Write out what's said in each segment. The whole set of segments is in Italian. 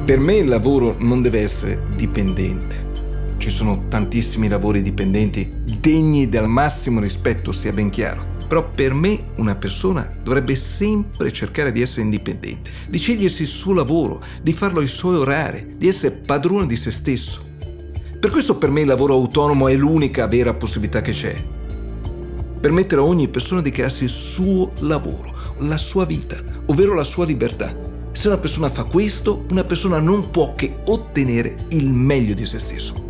Per me il lavoro non deve essere dipendente. Ci sono tantissimi lavori dipendenti degni del massimo rispetto, sia ben chiaro. Però per me una persona dovrebbe sempre cercare di essere indipendente, di scegliersi il suo lavoro, di farlo ai suoi orari, di essere padrone di se stesso. Per questo per me il lavoro autonomo è l'unica vera possibilità che c'è. Permettere a ogni persona di crearsi il suo lavoro, la sua vita, ovvero la sua libertà. Se una persona fa questo, una persona non può che ottenere il meglio di se stesso.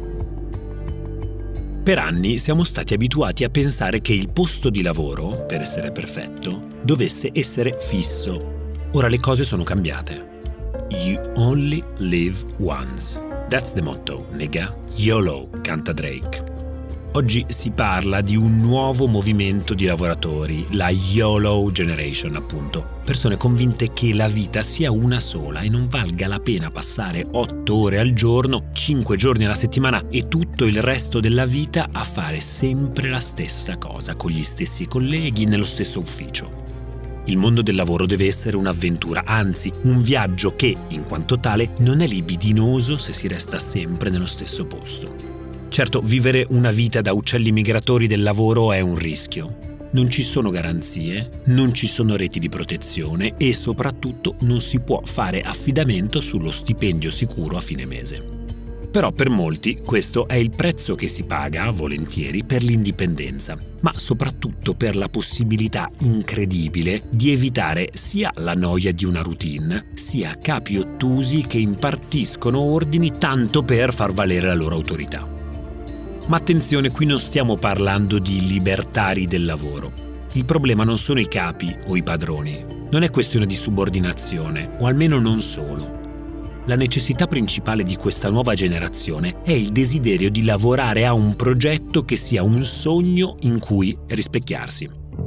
Per anni siamo stati abituati a pensare che il posto di lavoro, per essere perfetto, dovesse essere fisso. Ora le cose sono cambiate. You only live once. That's the motto, nigga. YOLO, canta Drake. Oggi si parla di un nuovo movimento di lavoratori, la YOLO Generation, appunto. Persone convinte che la vita sia una sola e non valga la pena passare 8 ore al giorno, 5 giorni alla settimana e tutto il resto della vita a fare sempre la stessa cosa, con gli stessi colleghi, nello stesso ufficio. Il mondo del lavoro deve essere un'avventura, anzi, un viaggio che, in quanto tale, non è libidinoso se si resta sempre nello stesso posto. Certo, vivere una vita da uccelli migratori del lavoro è un rischio. Non ci sono garanzie, non ci sono reti di protezione e soprattutto non si può fare affidamento sullo stipendio sicuro a fine mese. Però per molti questo è il prezzo che si paga, volentieri, per l'indipendenza, ma soprattutto per la possibilità incredibile di evitare sia la noia di una routine, sia capi ottusi che impartiscono ordini tanto per far valere la loro autorità. Ma attenzione, qui non stiamo parlando di libertari del lavoro. Il problema non sono i capi o i padroni. Non è questione di subordinazione, o almeno non solo. La necessità principale di questa nuova generazione è il desiderio di lavorare a un progetto che sia un sogno in cui rispecchiarsi.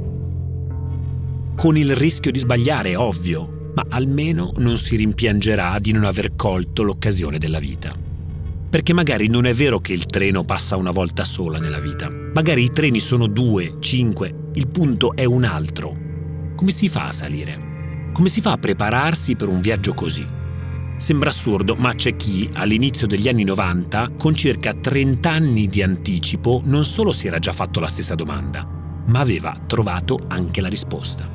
Con il rischio di sbagliare, ovvio, ma almeno non si rimpiangerà di non aver colto l'occasione della vita. Perché magari non è vero che il treno passa una volta sola nella vita. Magari i treni sono 2, 5, il punto è un altro. Come si fa a salire? Come si fa a prepararsi per un viaggio così? Sembra assurdo, ma c'è chi, all'inizio degli anni 90, con circa 30 anni di anticipo, non solo si era già fatto la stessa domanda, ma aveva trovato anche la risposta.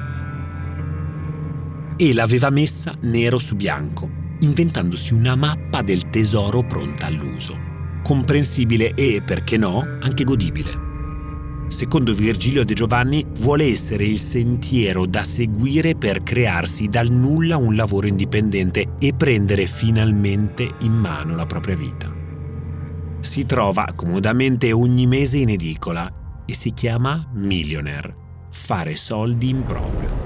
E l'aveva messa nero su bianco, inventandosi una mappa del tesoro pronta all'uso, comprensibile e, perché no, anche godibile. Secondo Virgilio De Giovanni, vuole essere il sentiero da seguire per crearsi dal nulla un lavoro indipendente e prendere finalmente in mano la propria vita. Si trova comodamente ogni mese in edicola e si chiama Millionaire, fare soldi in proprio.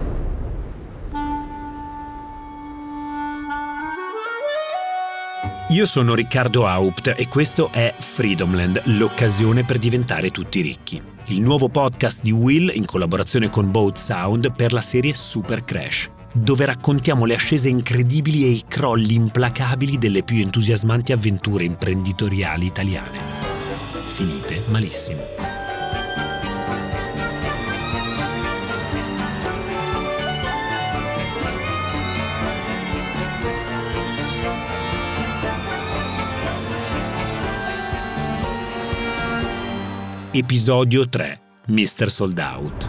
Io sono Riccardo Haupt e questo è Freedomland, l'occasione per diventare tutti ricchi. Il nuovo podcast di Will in collaborazione con Boat Sound per la serie Super Crash, dove raccontiamo le ascese incredibili e i crolli implacabili delle più entusiasmanti avventure imprenditoriali italiane. Finite malissimo. Episodio 3. Mr. Sold Out.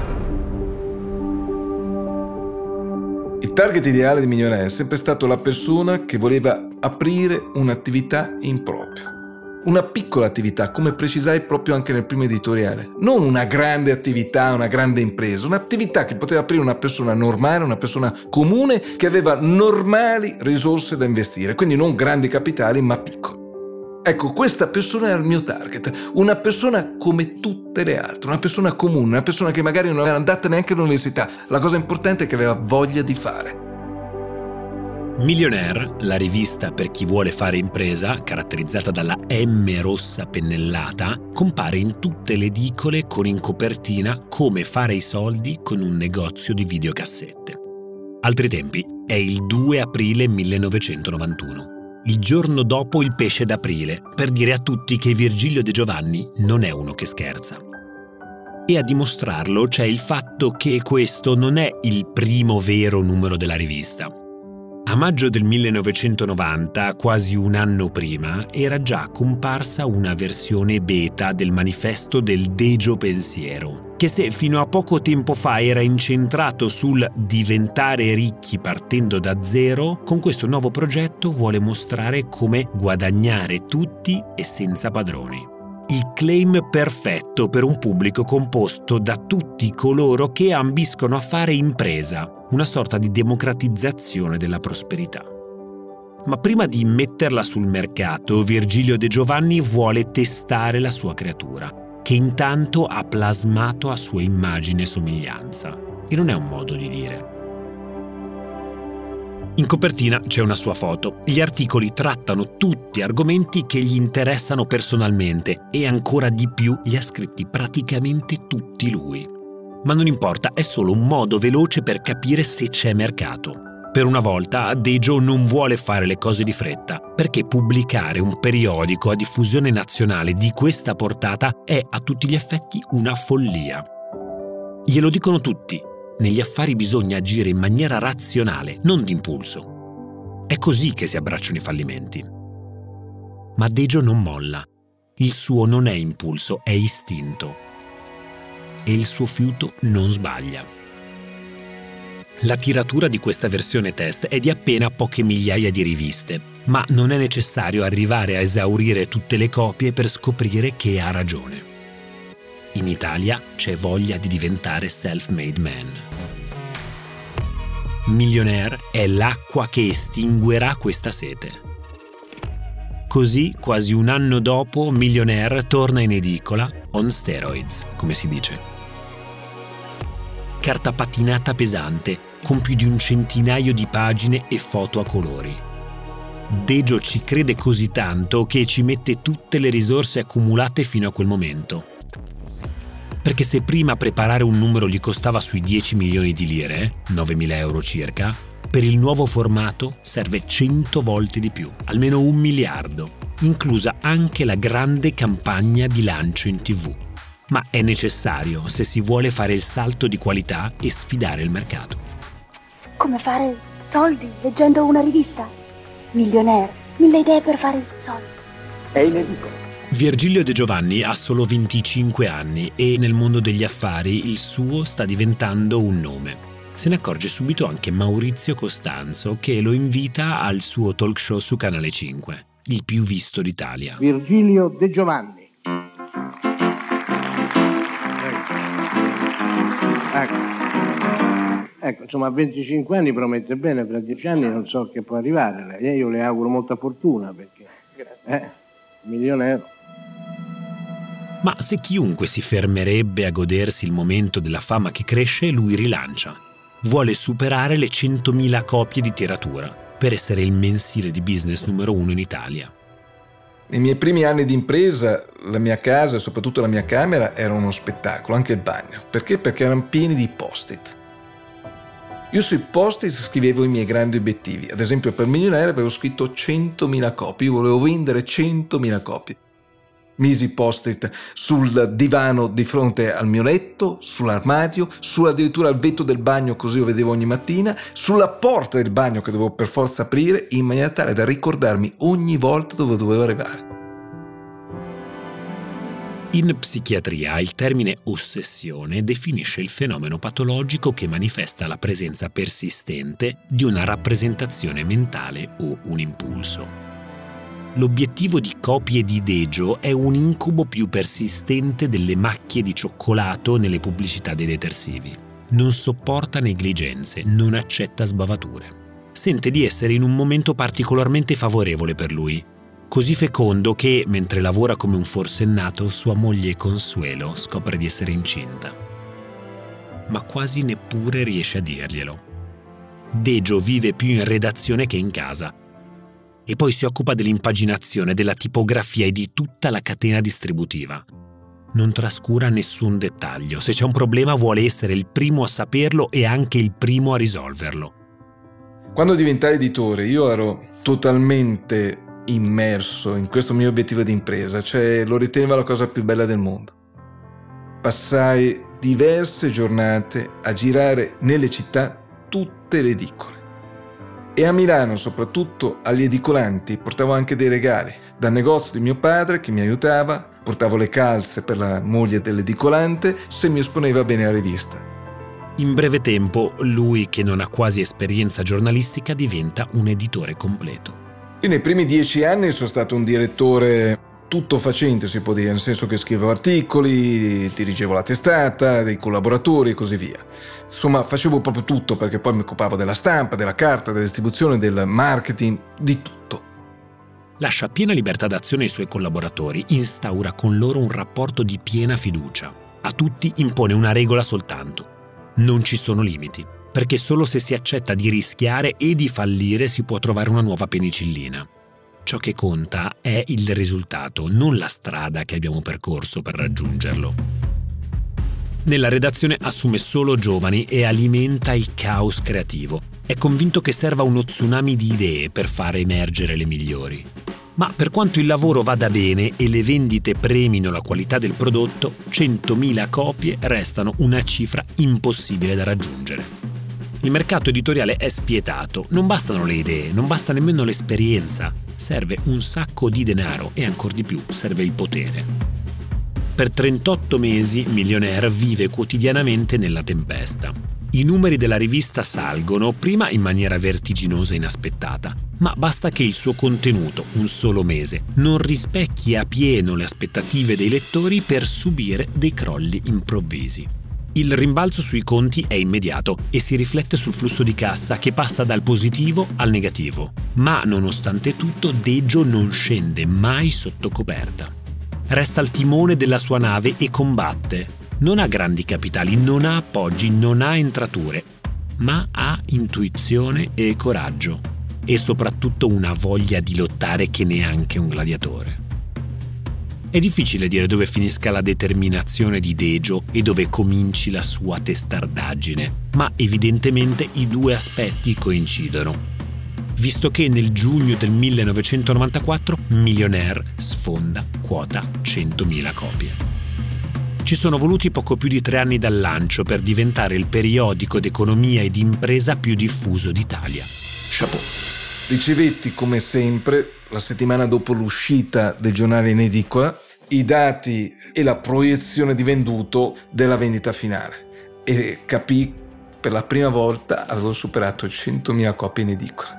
Il target ideale di Millionaire è sempre stato la persona che voleva aprire un'attività in proprio. Una piccola attività, come precisai proprio anche nel primo editoriale. Non una grande attività, una grande impresa. Un'attività che poteva aprire una persona normale, una persona comune che aveva normali risorse da investire. Quindi non grandi capitali, ma piccoli. Ecco, questa persona era il mio target, una persona come tutte le altre, una persona comune, una persona che magari non era andata neanche all'università. La cosa importante è che aveva voglia di fare. Millionaire, la rivista per chi vuole fare impresa, caratterizzata dalla M rossa pennellata, compare in tutte le edicole con in copertina come fare i soldi con un negozio di videocassette. Altri tempi, è il 2 aprile 1991. Il giorno dopo il pesce d'aprile, per dire a tutti che Virgilio De Giovanni non è uno che scherza. E a dimostrarlo c'è il fatto che questo non è il primo vero numero della rivista. A maggio del 1990, quasi un anno prima, era già comparsa una versione beta del manifesto del Dejo Pensiero, che se fino a poco tempo fa era incentrato sul diventare ricchi partendo da zero, con questo nuovo progetto vuole mostrare come guadagnare tutti e senza padroni. Il claim perfetto per un pubblico composto da tutti coloro che ambiscono a fare impresa, una sorta di democratizzazione della prosperità. Ma prima di metterla sul mercato, Virgilio De Giovanni vuole testare la sua creatura, che intanto ha plasmato a sua immagine e somiglianza. E non è un modo di dire. In copertina c'è una sua foto. Gli articoli trattano tutti argomenti che gli interessano personalmente e ancora di più li ha scritti praticamente tutti lui. Ma non importa, è solo un modo veloce per capire se c'è mercato. Per una volta Dejo non vuole fare le cose di fretta, perché pubblicare un periodico a diffusione nazionale di questa portata è a tutti gli effetti una follia. Glielo dicono tutti. Negli affari bisogna agire in maniera razionale, non d'impulso. È così che si abbracciano i fallimenti. Ma Dejo non molla. Il suo non è impulso, è istinto. E il suo fiuto non sbaglia. La tiratura di questa versione test è di appena poche migliaia di riviste, ma non è necessario arrivare a esaurire tutte le copie per scoprire che ha ragione. In Italia c'è voglia di diventare self-made man. Millionaire è l'acqua che estinguerà questa sete. Così, quasi un anno dopo, Millionaire torna in edicola on steroids, come si dice. Carta patinata pesante, con più di 100 di pagine e foto a colori. Dejo ci crede così tanto che ci mette tutte le risorse accumulate fino a quel momento. Perché se prima preparare un numero gli costava sui 10 milioni di lire, 9.000 euro circa, per il nuovo formato serve 100 volte di più, almeno 1 miliardo, inclusa anche la grande campagna di lancio in TV. Ma è necessario se si vuole fare il salto di qualità e sfidare il mercato. Come fare soldi leggendo una rivista? Millionaire, 1000 idee per fare soldi. È in edicola. Virgilio De Giovanni ha solo 25 anni e nel mondo degli affari il suo sta diventando un nome. Se ne accorge subito anche Maurizio Costanzo, che lo invita al suo talk show su Canale 5, il più visto d'Italia. Virgilio De Giovanni. Ecco, insomma, a 25 anni promette bene, fra 10 anni non so che può arrivare. Io le auguro molta fortuna perché... milionario. Ma se chiunque si fermerebbe a godersi il momento della fama che cresce, lui rilancia. Vuole superare le 100.000 copie di tiratura per essere il mensile di business numero 1 in Italia. Nei miei primi anni di impresa, la mia casa e soprattutto la mia camera era uno spettacolo, anche il bagno. Perché? Perché erano pieni di post-it. Io sui post-it scrivevo i miei grandi obiettivi. Ad esempio, per Millionaire avevo scritto 100.000 copie. Io volevo vendere 100.000 copie. Misi post-it sul divano di fronte al mio letto, sull'armadio, addirittura al vetro del bagno, così lo vedevo ogni mattina, sulla porta del bagno che dovevo per forza aprire, in maniera tale da ricordarmi ogni volta dove dovevo arrivare. In psichiatria il termine ossessione definisce il fenomeno patologico che manifesta la presenza persistente di una rappresentazione mentale o un impulso. L'obiettivo di copie di Dejo è un incubo più persistente delle macchie di cioccolato nelle pubblicità dei detersivi. Non sopporta negligenze, non accetta sbavature. Sente di essere in un momento particolarmente favorevole per lui, così fecondo che, mentre lavora come un forsennato, sua moglie Consuelo scopre di essere incinta. Ma quasi neppure riesce a dirglielo. Dejo vive più in redazione che in casa. E poi si occupa dell'impaginazione, della tipografia e di tutta la catena distributiva. Non trascura nessun dettaglio. Se c'è un problema vuole essere il primo a saperlo e anche il primo a risolverlo. Quando diventai editore io ero totalmente immerso in questo mio obiettivo di impresa, cioè lo ritenevo la cosa più bella del mondo. Passai diverse giornate a girare nelle città tutte le edicole. E a Milano, soprattutto agli edicolanti, portavo anche dei regali. Dal negozio di mio padre, che mi aiutava, portavo le calze per la moglie dell'edicolante se mi esponeva bene alla rivista. In breve tempo, lui, che non ha quasi esperienza giornalistica, diventa un editore completo. Io nei primi 10 anni sono stato un direttore tutto facente, si può dire, nel senso che scrivevo articoli, dirigevo la testata, dei collaboratori e così via. Insomma, facevo proprio tutto, perché poi mi occupavo della stampa, della carta, della distribuzione, del marketing, di tutto. Lascia piena libertà d'azione ai suoi collaboratori, instaura con loro un rapporto di piena fiducia. A tutti impone una regola soltanto: non ci sono limiti, perché solo se si accetta di rischiare e di fallire si può trovare una nuova penicillina. Ciò che conta è il risultato, non la strada che abbiamo percorso per raggiungerlo. Nella redazione assume solo giovani e alimenta il caos creativo. È convinto che serva uno tsunami di idee per fare emergere le migliori. Ma per quanto il lavoro vada bene e le vendite premino la qualità del prodotto, 100.000 copie restano una cifra impossibile da raggiungere. Il mercato editoriale è spietato, non bastano le idee, non basta nemmeno l'esperienza, serve un sacco di denaro e ancor di più serve il potere. Per 38 mesi Millionaire vive quotidianamente nella tempesta. I numeri della rivista salgono, prima in maniera vertiginosa e inaspettata, ma basta che il suo contenuto, un solo mese, non rispecchi a pieno le aspettative dei lettori per subire dei crolli improvvisi. Il rimbalzo sui conti è immediato e si riflette sul flusso di cassa, che passa dal positivo al negativo. Ma nonostante tutto, Deggio non scende mai sotto coperta. Resta al timone della sua nave e combatte. Non ha grandi capitali, non ha appoggi, non ha entrature, ma ha intuizione e coraggio. E soprattutto una voglia di lottare che neanche un gladiatore. È difficile dire dove finisca la determinazione di Deggio e dove cominci la sua testardaggine, ma evidentemente i due aspetti coincidono, visto che nel giugno del 1994 Millionaire sfonda quota 100.000 copie. Ci sono voluti poco più di 3 anni dal lancio per diventare il periodico d'economia e di impresa più diffuso d'Italia. Chapeau! Ricevetti, come sempre, la settimana dopo l'uscita del giornale in edicola, i dati e la proiezione di venduto della vendita finale e capì per la prima volta avevo superato 100.000 copie in edicola.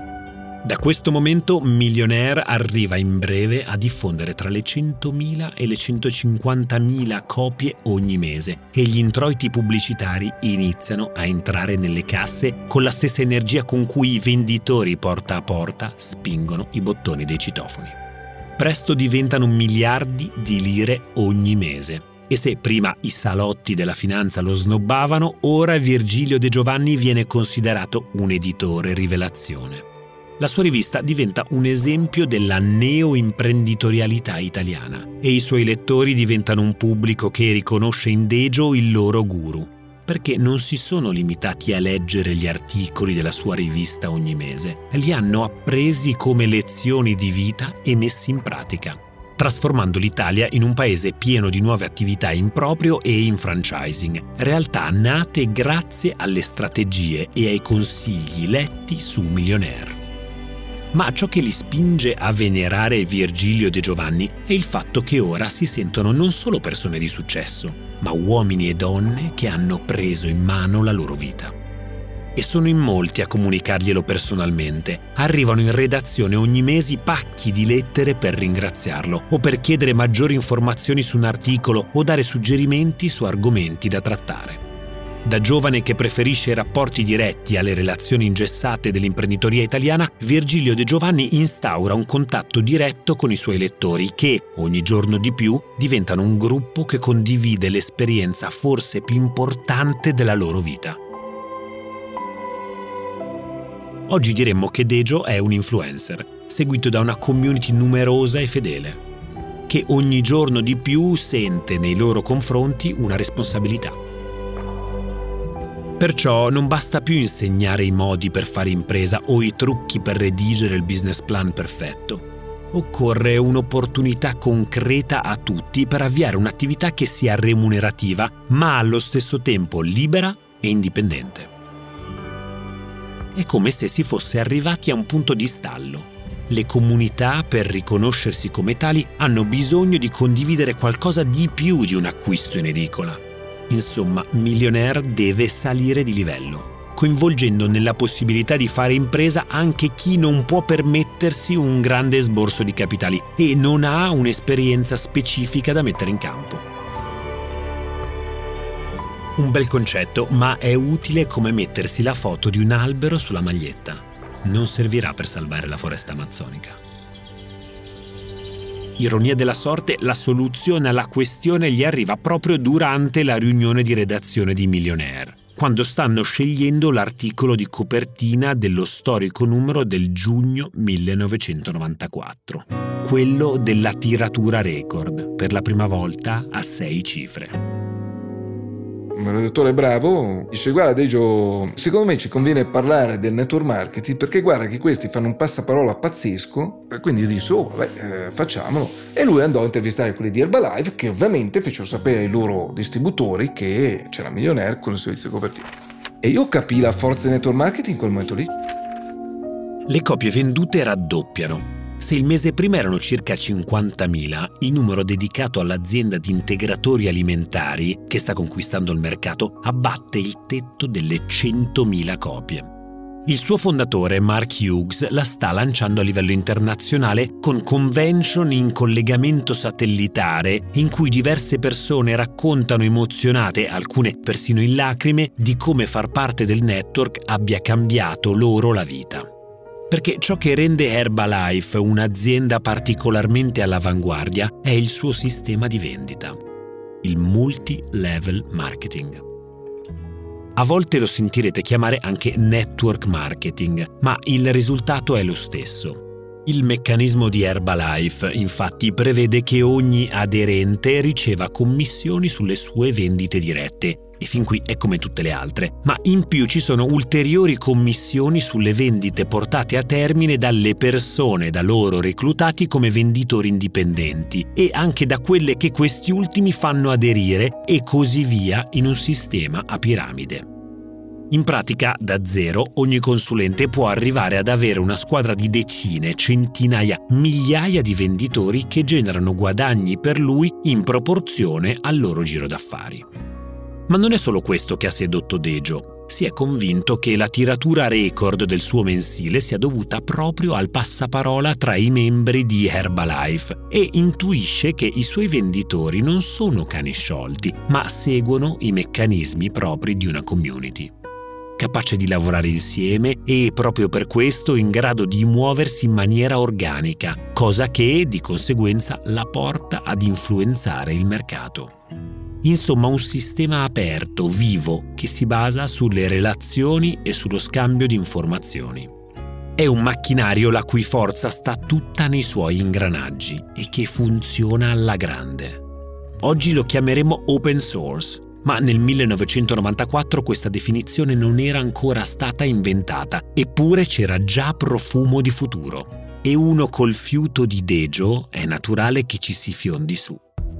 Da questo momento Millionaire arriva in breve a diffondere tra le 100.000 e le 150.000 copie ogni mese e gli introiti pubblicitari iniziano a entrare nelle casse con la stessa energia con cui i venditori porta a porta spingono i bottoni dei citofoni. Presto diventano miliardi di lire ogni mese. E se prima i salotti della finanza lo snobbavano, ora Virgilio De Giovanni viene considerato un editore rivelazione. La sua rivista diventa un esempio della neoimprenditorialità italiana e i suoi lettori diventano un pubblico che riconosce in Deggio il loro guru, perché non si sono limitati a leggere gli articoli della sua rivista ogni mese, li hanno appresi come lezioni di vita e messi in pratica, trasformando l'Italia in un paese pieno di nuove attività in proprio e in franchising, realtà nate grazie alle strategie e ai consigli letti su Millionaire. Ma ciò che li spinge a venerare Virgilio De Giovanni è il fatto che ora si sentono non solo persone di successo, ma uomini e donne che hanno preso in mano la loro vita. E sono in molti a comunicarglielo personalmente. Arrivano in redazione ogni mese pacchi di lettere per ringraziarlo o per chiedere maggiori informazioni su un articolo o dare suggerimenti su argomenti da trattare. Da giovane che preferisce i rapporti diretti alle relazioni ingessate dell'imprenditoria italiana, Virgilio De Giovanni instaura un contatto diretto con i suoi lettori che, ogni giorno di più, diventano un gruppo che condivide l'esperienza forse più importante della loro vita. Oggi diremmo che Deggio è un influencer, seguito da una community numerosa e fedele, che ogni giorno di più sente nei loro confronti una responsabilità. Perciò non basta più insegnare i modi per fare impresa o i trucchi per redigere il business plan perfetto. Occorre un'opportunità concreta a tutti per avviare un'attività che sia remunerativa, ma allo stesso tempo libera e indipendente. È come se si fosse arrivati a un punto di stallo. Le comunità, per riconoscersi come tali, hanno bisogno di condividere qualcosa di più di un acquisto in edicola. Insomma, Millionaire deve salire di livello, coinvolgendo nella possibilità di fare impresa anche chi non può permettersi un grande esborso di capitali e non ha un'esperienza specifica da mettere in campo. Un bel concetto, ma è utile come mettersi la foto di un albero sulla maglietta. Non servirà per salvare la foresta amazzonica. Ironia della sorte, la soluzione alla questione gli arriva proprio durante la riunione di redazione di Millionaire, quando stanno scegliendo l'articolo di copertina dello storico numero del giugno 1994, quello della tiratura record, per la prima volta a 6 cifre. Il redattore bravo dice: guarda Deggio, secondo me ci conviene parlare del network marketing perché guarda che questi fanno un passaparola pazzesco. E quindi io dissi facciamolo, e lui andò a intervistare quelli di Herbalife, che ovviamente fecero sapere ai loro distributori che c'era Millionaire con il servizio di copertina. E io capii la forza del network marketing in quel momento lì. Le copie vendute raddoppiano. Se il mese prima erano circa 50.000, il numero dedicato all'azienda di integratori alimentari, che sta conquistando il mercato, abbatte il tetto delle 100.000 copie. Il suo fondatore, Mark Hughes, la sta lanciando a livello internazionale con convention in collegamento satellitare in cui diverse persone raccontano emozionate, alcune persino in lacrime, di come far parte del network abbia cambiato loro la vita. Perché ciò che rende Herbalife un'azienda particolarmente all'avanguardia è il suo sistema di vendita, il multi-level marketing. A volte lo sentirete chiamare anche network marketing, ma il risultato è lo stesso. Il meccanismo di Herbalife, infatti, prevede che ogni aderente riceva commissioni sulle sue vendite dirette, e fin qui è come tutte le altre, ma in più ci sono ulteriori commissioni sulle vendite portate a termine dalle persone da loro reclutati come venditori indipendenti e anche da quelle che questi ultimi fanno aderire, e così via in un sistema a piramide. In pratica, da zero, ogni consulente può arrivare ad avere una squadra di decine, centinaia, migliaia di venditori che generano guadagni per lui in proporzione al loro giro d'affari. Ma non è solo questo che ha sedotto Deggio. Si è convinto che la tiratura record del suo mensile sia dovuta proprio al passaparola tra i membri di Herbalife e intuisce che i suoi venditori non sono cani sciolti, ma seguono i meccanismi propri di una community. Capace di lavorare insieme e proprio per questo in grado di muoversi in maniera organica, cosa che di conseguenza la porta ad influenzare il mercato. Insomma, un sistema aperto, vivo, che si basa sulle relazioni e sullo scambio di informazioni. È un macchinario la cui forza sta tutta nei suoi ingranaggi e che funziona alla grande. Oggi lo chiameremo open source, ma nel 1994 questa definizione non era ancora stata inventata, eppure c'era già profumo di futuro. E uno col fiuto di Deggio è naturale che ci si fiondi su.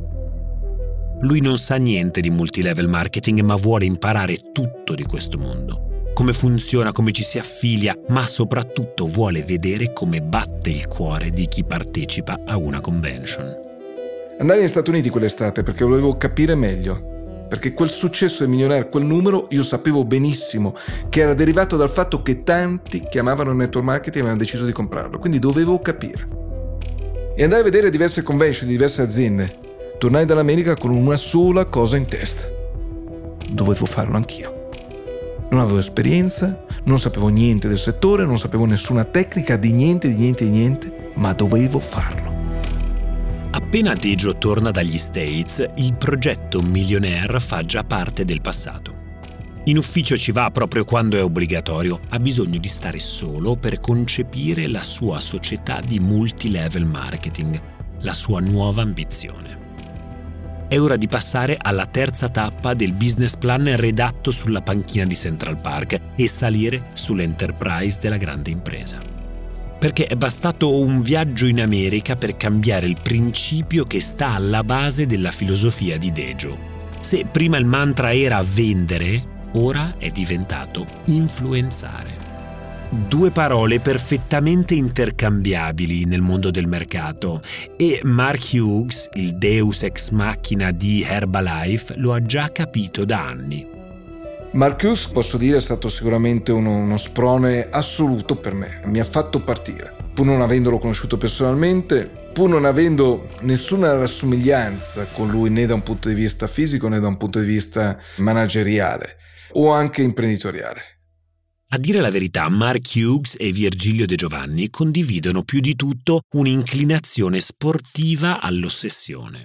Lui non sa niente di multilevel marketing, ma vuole imparare tutto di questo mondo. Come funziona, come ci si affilia, ma soprattutto vuole vedere come batte il cuore di chi partecipa a una convention. Andai negli Stati Uniti quell'estate perché volevo capire meglio. Perché quel successo del Millionaire, quel numero, io sapevo benissimo che era derivato dal fatto che tanti chiamavano il network marketing e avevano deciso di comprarlo. Quindi dovevo capire. E andai a vedere diverse convention di diverse aziende. Tornai dall'America con una sola cosa in testa. Dovevo farlo anch'io. Non avevo esperienza, non sapevo niente del settore, non sapevo nessuna tecnica di niente, ma dovevo farlo. Appena Deggio torna dagli States, il progetto Millionaire fa già parte del passato. In ufficio ci va proprio quando è obbligatorio, ha bisogno di stare solo per concepire la sua società di multilevel marketing, la sua nuova ambizione. È ora di passare alla terza tappa del business plan redatto sulla panchina di Central Park e salire sull'enterprise della grande impresa. Perché è bastato un viaggio in America per cambiare il principio che sta alla base della filosofia di Deggio. Se prima il mantra era vendere, ora è diventato influenzare. Due parole perfettamente intercambiabili nel mondo del mercato, e Mark Hughes, il deus ex machina di Herbalife, lo ha già capito da anni. Mark Hughes, posso dire, è stato sicuramente uno sprone assoluto per me. Mi ha fatto partire, pur non avendolo conosciuto personalmente, pur non avendo nessuna rassomiglianza con lui né da un punto di vista fisico né da un punto di vista manageriale o anche imprenditoriale. A dire la verità, Mark Hughes e Virgilio De Giovanni condividono più di tutto un'inclinazione sportiva all'ossessione.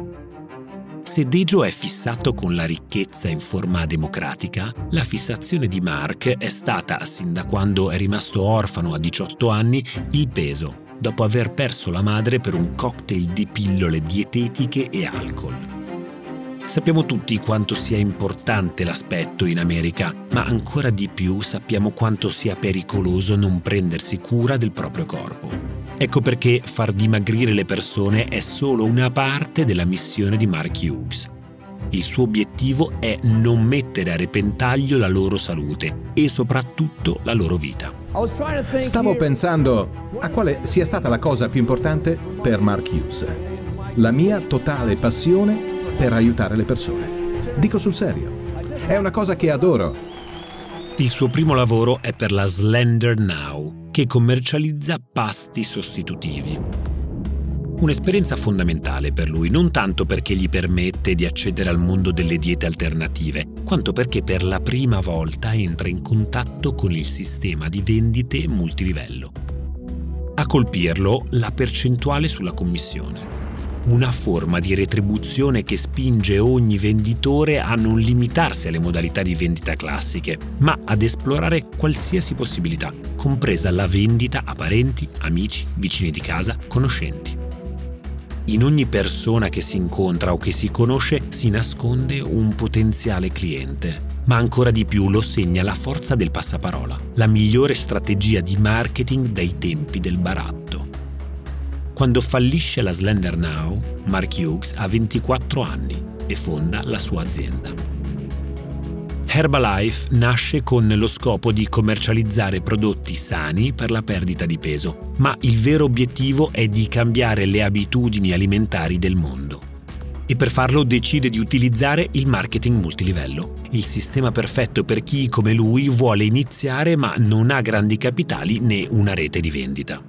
Se Dejo è fissato con la ricchezza in forma democratica, la fissazione di Mark è stata, sin da quando è rimasto orfano a 18 anni, il peso, dopo aver perso la madre per un cocktail di pillole dietetiche e alcol. Sappiamo tutti quanto sia importante l'aspetto in America, ma ancora di più sappiamo quanto sia pericoloso non prendersi cura del proprio corpo. Ecco perché far dimagrire le persone è solo una parte della missione di Mark Hughes. Il suo obiettivo è non mettere a repentaglio la loro salute e soprattutto la loro vita. Stavo pensando a quale sia stata la cosa più importante per Mark Hughes. La mia totale passione per aiutare le persone. Dico sul serio. È una cosa che adoro. Il suo primo lavoro è per la Slender Now, che commercializza pasti sostitutivi. Un'esperienza fondamentale per lui, non tanto perché gli permette di accedere al mondo delle diete alternative, quanto perché per la prima volta entra in contatto con il sistema di vendite multilivello. A colpirlo, la percentuale sulla commissione. Una forma di retribuzione che spinge ogni venditore a non limitarsi alle modalità di vendita classiche, ma ad esplorare qualsiasi possibilità, compresa la vendita a parenti, amici, vicini di casa, conoscenti. In ogni persona che si incontra o che si conosce si nasconde un potenziale cliente, ma ancora di più lo segna la forza del passaparola, la migliore strategia di marketing dai tempi del baratto. Quando fallisce la Slender Now, Mark Hughes ha 24 anni e fonda la sua azienda. Herbalife nasce con lo scopo di commercializzare prodotti sani per la perdita di peso, ma il vero obiettivo è di cambiare le abitudini alimentari del mondo. E per farlo decide di utilizzare il marketing multilivello, il sistema perfetto per chi, come lui, vuole iniziare ma non ha grandi capitali né una rete di vendita.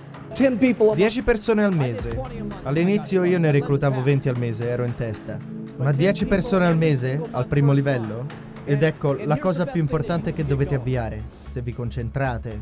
10 persone al mese. All'inizio io ne reclutavo 20 al mese, ero in testa. Ma 10 persone al mese, al primo livello? Ed ecco, la cosa più importante che dovete avviare, se vi concentrate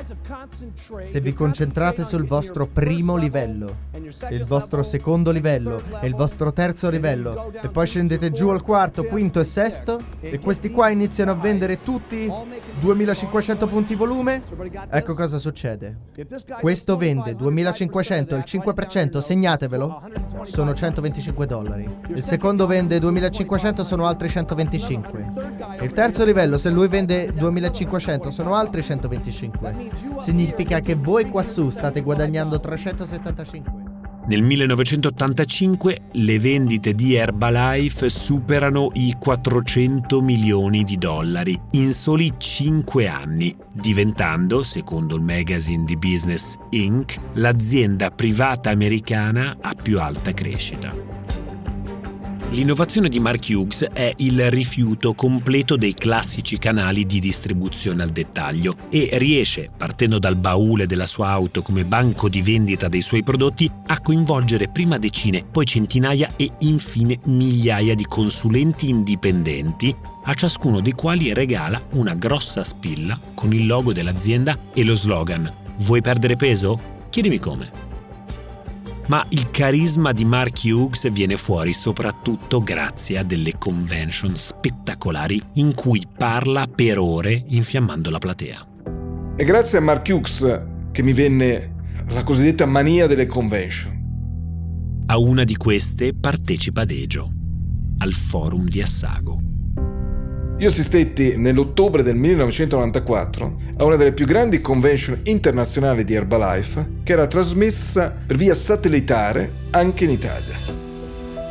sul vostro primo livello, il vostro secondo livello e il vostro terzo livello, e poi scendete giù al quarto, quinto e sesto, e questi qua iniziano a vendere tutti 2500 punti volume, ecco cosa succede. Questo vende 2500, il 5%, segnatevelo, sono $125. Il secondo vende 2500, sono altri 125. Il terzo livello, se lui vende 2500, sono altri 125. Significa che voi quassù state guadagnando 375. Nel 1985 le vendite di Herbalife superano i $400 milioni in soli 5 anni, diventando, secondo il magazine di Business Inc., l'azienda privata americana a più alta crescita. L'innovazione di Mark Hughes è il rifiuto completo dei classici canali di distribuzione al dettaglio e riesce, partendo dal baule della sua auto come banco di vendita dei suoi prodotti, a coinvolgere prima decine, poi centinaia e infine migliaia di consulenti indipendenti, a ciascuno dei quali regala una grossa spilla con il logo dell'azienda e lo slogan «Vuoi perdere peso? Chiedimi come». Ma il carisma di Mark Hughes viene fuori soprattutto grazie a delle convention spettacolari in cui parla per ore infiammando la platea. È grazie a Mark Hughes che mi venne la cosiddetta mania delle convention. A una di queste partecipa Dejo, al forum di Assago. Io assistetti nell'ottobre del 1994 a una delle più grandi convention internazionali di Herbalife, che era trasmessa per via satellitare anche in Italia.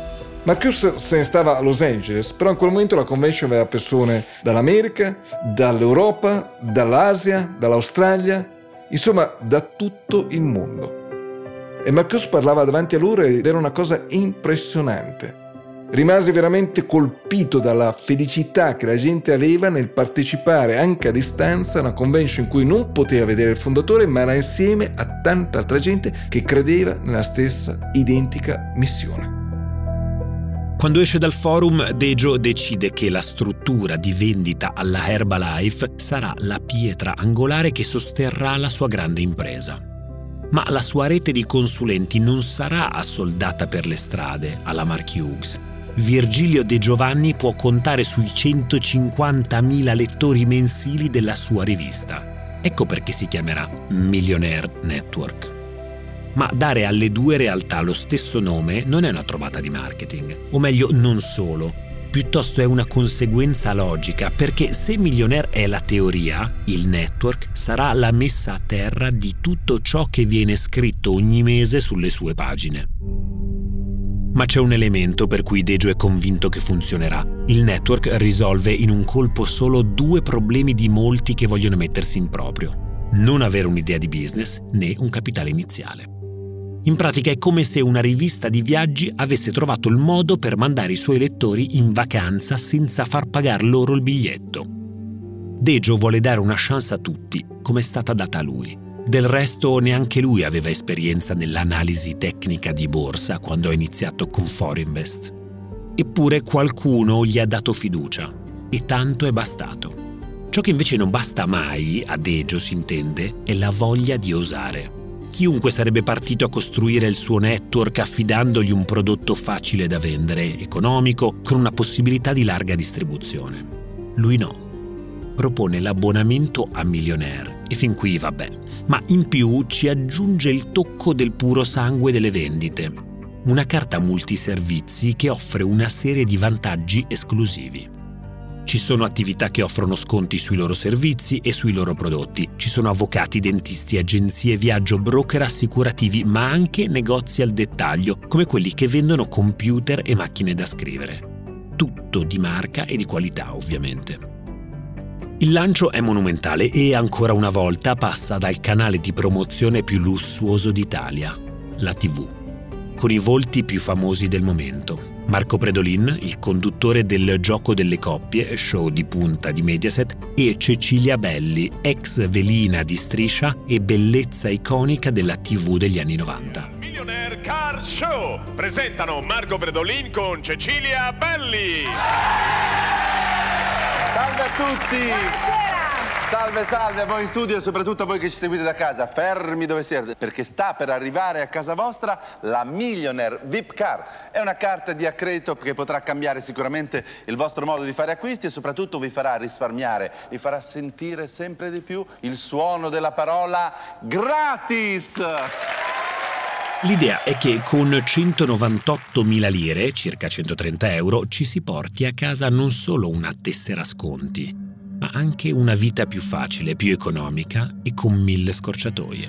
Marcuse se ne stava a Los Angeles, però in quel momento la convention aveva persone dall'America, dall'Europa, dall'Asia, dall'Australia, insomma da tutto il mondo. E Marcuse parlava davanti a loro ed era una cosa impressionante. Rimasi veramente colpito dalla felicità che la gente aveva nel partecipare anche a distanza a una convention in cui non poteva vedere il fondatore, ma era insieme a tanta altra gente che credeva nella stessa identica missione. Quando esce dal forum, Dejo decide che la struttura di vendita alla Herbalife sarà la pietra angolare che sosterrà la sua grande impresa. Ma la sua rete di consulenti non sarà assoldata per le strade alla Mark Hughes. Virgilio De Giovanni può contare sui 150.000 lettori mensili della sua rivista. Ecco perché si chiamerà Millionaire Network. Ma dare alle due realtà lo stesso nome non è una trovata di marketing, o meglio non solo, piuttosto è una conseguenza logica, perché se Millionaire è la teoria, il network sarà la messa a terra di tutto ciò che viene scritto ogni mese sulle sue pagine. Ma c'è un elemento per cui Dejo è convinto che funzionerà. Il network risolve in un colpo solo 2 problemi di molti che vogliono mettersi in proprio: non avere un'idea di business né un capitale iniziale. In pratica è come se una rivista di viaggi avesse trovato il modo per mandare i suoi lettori in vacanza senza far pagar loro il biglietto. Dejo vuole dare una chance a tutti, come è stata data a lui. Del resto neanche lui aveva esperienza nell'analisi tecnica di borsa quando ha iniziato con Forinvest. Eppure qualcuno gli ha dato fiducia, e tanto è bastato. Ciò che invece non basta mai, a Dejo si intende, è la voglia di osare. Chiunque sarebbe partito a costruire il suo network affidandogli un prodotto facile da vendere, economico, con una possibilità di larga distribuzione. Lui no. Propone l'abbonamento a Millionaire e fin qui vabbè, ma in più ci aggiunge il tocco del puro sangue delle vendite. Una carta multiservizi che offre una serie di vantaggi esclusivi. Ci sono attività che offrono sconti sui loro servizi e sui loro prodotti. Ci sono avvocati, dentisti, agenzie viaggio, broker assicurativi, ma anche negozi al dettaglio, come quelli che vendono computer e macchine da scrivere. Tutto di marca e di qualità, ovviamente. Il lancio è monumentale e ancora una volta passa dal canale di promozione più lussuoso d'Italia, la TV, con i volti più famosi del momento. Marco Predolin, il conduttore del Gioco delle Coppie, show di punta di Mediaset, e Cecilia Belli, ex velina di Striscia e bellezza iconica della TV degli anni 90. Millionaire Car Show presentano Marco Predolin con Cecilia Belli. Salve a tutti! Buonasera! Salve a voi in studio e soprattutto a voi che ci seguite da casa. Fermi dove siete, perché sta per arrivare a casa vostra la Millionaire VIP Car. È una carta di accredito che potrà cambiare sicuramente il vostro modo di fare acquisti e soprattutto vi farà risparmiare, vi farà sentire sempre di più il suono della parola gratis! L'idea è che con 198.000 lire, circa 130 euro, ci si porti a casa non solo una tessera sconti, ma anche una vita più facile, più economica e con 1000 scorciatoie.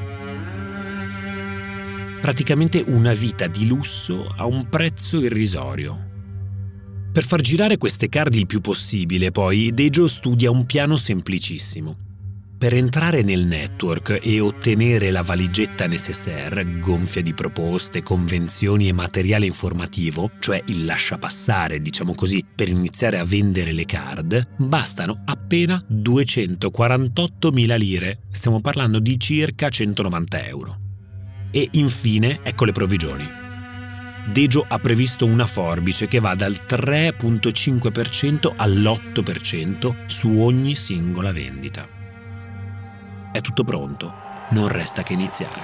Praticamente una vita di lusso a un prezzo irrisorio. Per far girare queste card il più possibile, poi, Dejo studia un piano semplicissimo. Per entrare nel network e ottenere la valigetta nécessaire, gonfia di proposte, convenzioni e materiale informativo, cioè il lasciapassare, diciamo così, per iniziare a vendere le card, bastano appena 248.000 lire. Stiamo parlando di circa 190 euro. E infine, ecco le provvigioni. Dejo ha previsto una forbice che va dal 3,5% all'8% su ogni singola vendita. È tutto pronto, non resta che iniziare.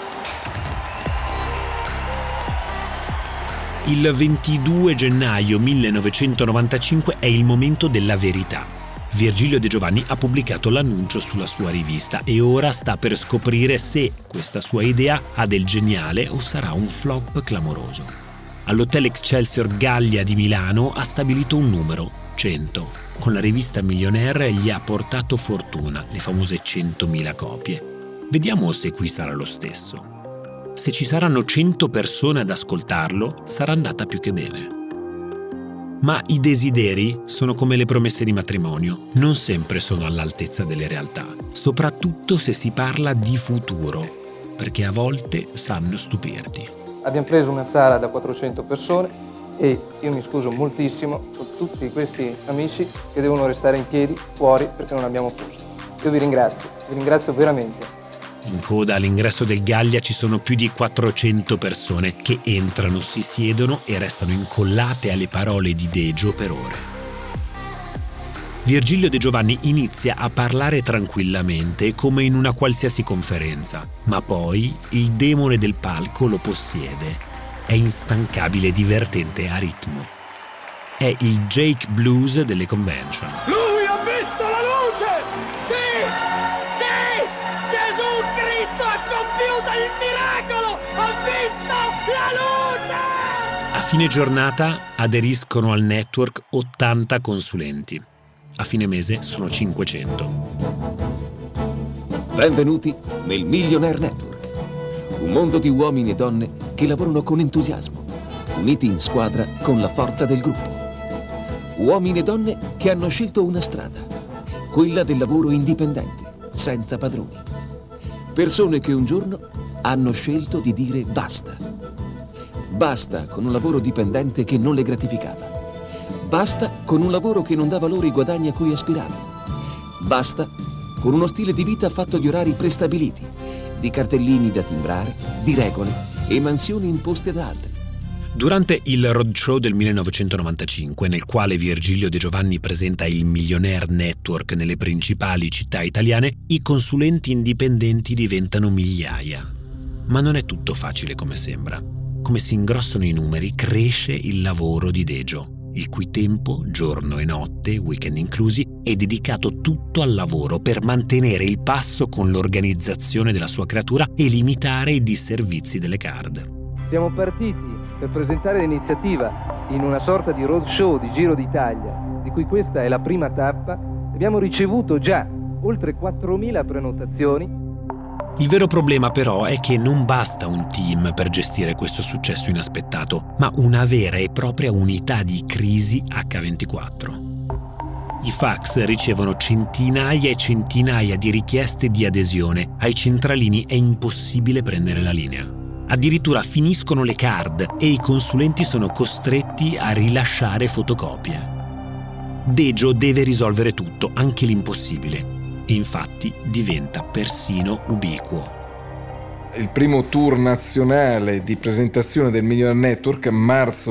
Il 22 gennaio 1995 è il momento della verità. Virgilio De Giovanni ha pubblicato l'annuncio sulla sua rivista e ora sta per scoprire se questa sua idea ha del geniale o sarà un flop clamoroso. All'Hotel Excelsior Gallia di Milano ha stabilito un numero, 100. Con la rivista Millionaire gli ha portato fortuna, le famose 100.000 copie. Vediamo se qui sarà lo stesso. se ci saranno 100 persone ad ascoltarlo, sarà andata più che bene. Ma i desideri sono come le promesse di matrimonio, non sempre sono all'altezza delle realtà, soprattutto se si parla di futuro, perché a volte sanno stupirti. Abbiamo preso una sala da 400 persone e io mi scuso moltissimo con tutti questi amici che devono restare in piedi fuori perché non abbiamo posto. Io vi ringrazio veramente. In coda all'ingresso del Gallia ci sono più di 400 persone che entrano, si siedono e restano incollate alle parole di Deggio per ore. Virgilio De Giovanni inizia a parlare tranquillamente come in una qualsiasi conferenza, ma poi il demone del palco lo possiede. È instancabile e divertente a ritmo. È il Jake Blues delle convention. Lui ha visto la luce! Sì! Sì! Gesù Cristo ha compiuto il miracolo! Ha visto la luce! A fine giornata aderiscono al network 80 consulenti. A fine mese sono 500. Benvenuti nel Millionaire Network, un mondo di uomini e donne che lavorano con entusiasmo, uniti in squadra con la forza del gruppo. Uomini e donne che hanno scelto una strada, quella del lavoro indipendente, senza padroni. Persone che un giorno hanno scelto di dire basta. Basta con un lavoro dipendente che non le gratificava. Basta con un lavoro che non dava loro i guadagni a cui aspiravano. Basta con uno stile di vita fatto di orari prestabiliti, di cartellini da timbrare, di regole e mansioni imposte da altri. Durante il roadshow del 1995, nel quale Virgilio De Giovanni presenta il Millionaire Network nelle principali città italiane, i consulenti indipendenti diventano migliaia. Ma non è tutto facile come sembra. Come si ingrossano i numeri, cresce il lavoro di Deggio, il cui tempo, giorno e notte, weekend inclusi, è dedicato tutto al lavoro per mantenere il passo con l'organizzazione della sua creatura e limitare i disservizi delle card. Siamo partiti per presentare l'iniziativa in una sorta di roadshow di Giro d'Italia, di cui questa è la prima tappa. Abbiamo ricevuto già oltre 4.000 prenotazioni. Il vero problema però è che non basta un team per gestire questo successo inaspettato, ma una vera e propria unità di crisi H24. I fax ricevono centinaia e centinaia di richieste di adesione, ai centralini è impossibile prendere la linea. Addirittura finiscono le card e i consulenti sono costretti a rilasciare fotocopie. Deggio deve risolvere tutto, anche l'impossibile. E infatti diventa persino ubiquo. Il primo tour nazionale di presentazione del Millionaire Network, marzo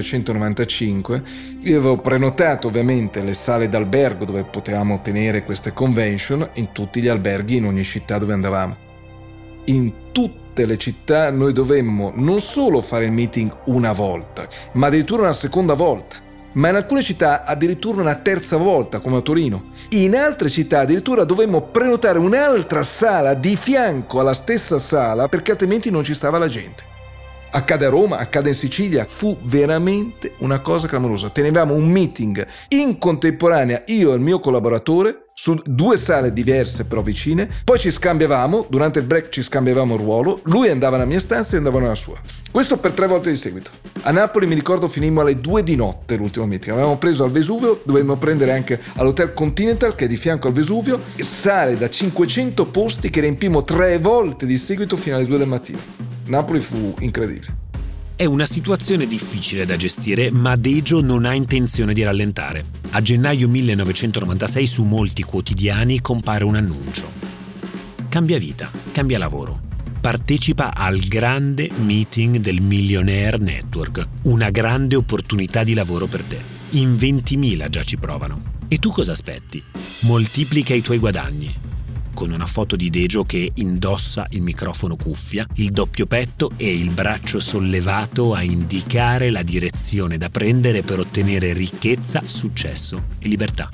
1995, io avevo prenotato ovviamente le sale d'albergo dove potevamo tenere queste convention in tutti gli alberghi in ogni città dove andavamo. In tutte le città noi dovemmo non solo fare il meeting una volta, ma addirittura una seconda volta. Ma in alcune città addirittura una terza volta, come a Torino. In altre città addirittura dovemmo prenotare un'altra sala di fianco alla stessa sala perché altrimenti non ci stava la gente. Accade a Roma, accade in Sicilia, fu veramente una cosa clamorosa. Tenevamo un meeting in contemporanea, io e il mio collaboratore, su 2 sale diverse però vicine, poi ci scambiavamo, durante il break ci scambiavamo il ruolo, lui andava nella mia stanza e io andavo nella sua. Questo per 3 volte di seguito. A Napoli mi ricordo finimmo alle 2 di notte l'ultimo meeting, avevamo preso al Vesuvio, dovevamo prendere anche all'Hotel Continental che è di fianco al Vesuvio, sale da 500 posti che riempimmo 3 volte di seguito fino alle 2 del mattino. Napoli fu incredibile. È una situazione difficile da gestire, ma Deggio non ha intenzione di rallentare. A gennaio 1996 su molti quotidiani compare un annuncio. Cambia vita, cambia lavoro. Partecipa al grande meeting del Millionaire Network, una grande opportunità di lavoro per te. In 20.000 già ci provano. E tu cosa aspetti? Moltiplica i tuoi guadagni. Con una foto di Deggio che indossa il microfono cuffia, il doppio petto e il braccio sollevato a indicare la direzione da prendere per ottenere ricchezza, successo e libertà.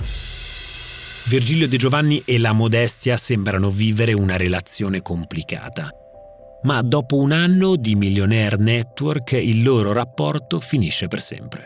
Virgilio De Giovanni e la modestia sembrano vivere una relazione complicata. Ma dopo un anno di Millionaire Network il loro rapporto finisce per sempre.